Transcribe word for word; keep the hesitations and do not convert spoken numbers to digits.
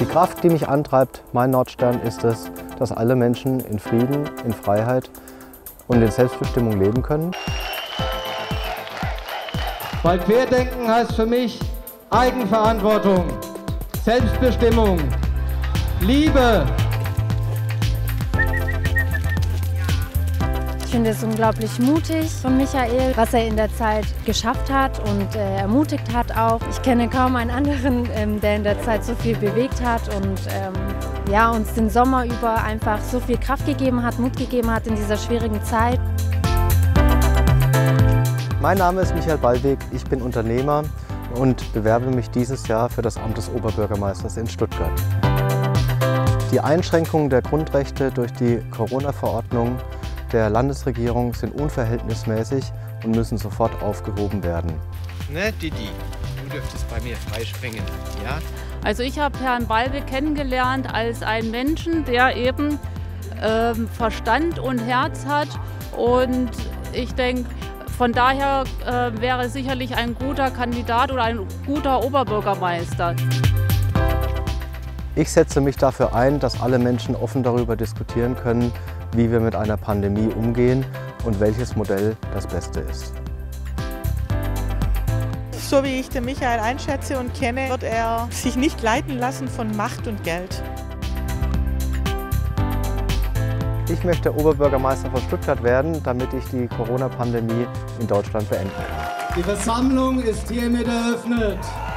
Die Kraft, die mich antreibt, mein Nordstern, ist es, dass alle Menschen in Frieden, in Freiheit und in Selbstbestimmung leben können. Weil Querdenken heißt für mich Eigenverantwortung, Selbstbestimmung, Liebe. Ich finde es unglaublich mutig von Michael, was er in der Zeit geschafft hat und äh, ermutigt hat auch. Ich kenne kaum einen anderen, ähm, der in der Zeit so viel bewegt hat und ähm, ja, uns den Sommer über einfach so viel Kraft gegeben hat, Mut gegeben hat in dieser schwierigen Zeit. Mein Name ist Michael Ballweg, ich bin Unternehmer und bewerbe mich dieses Jahr für das Amt des Oberbürgermeisters in Stuttgart. Die Einschränkungen der Grundrechte durch die Corona-Verordnung der Landesregierung sind unverhältnismäßig und müssen sofort aufgehoben werden. Ne, Didi, du dürftest bei mir freispringen, ja? Also ich habe Herrn Ballweg kennengelernt als einen Menschen, der eben ähm, Verstand und Herz hat, und ich denke, von daher äh, wäre sicherlich ein guter Kandidat oder ein guter Oberbürgermeister. Ich setze mich dafür ein, dass alle Menschen offen darüber diskutieren können, wie wir mit einer Pandemie umgehen und welches Modell das Beste ist. So wie ich den Michael einschätze und kenne, wird er sich nicht leiten lassen von Macht und Geld. Ich möchte Oberbürgermeister von Stuttgart werden, damit ich die Corona-Pandemie in Deutschland beenden kann. Die Versammlung ist hiermit eröffnet.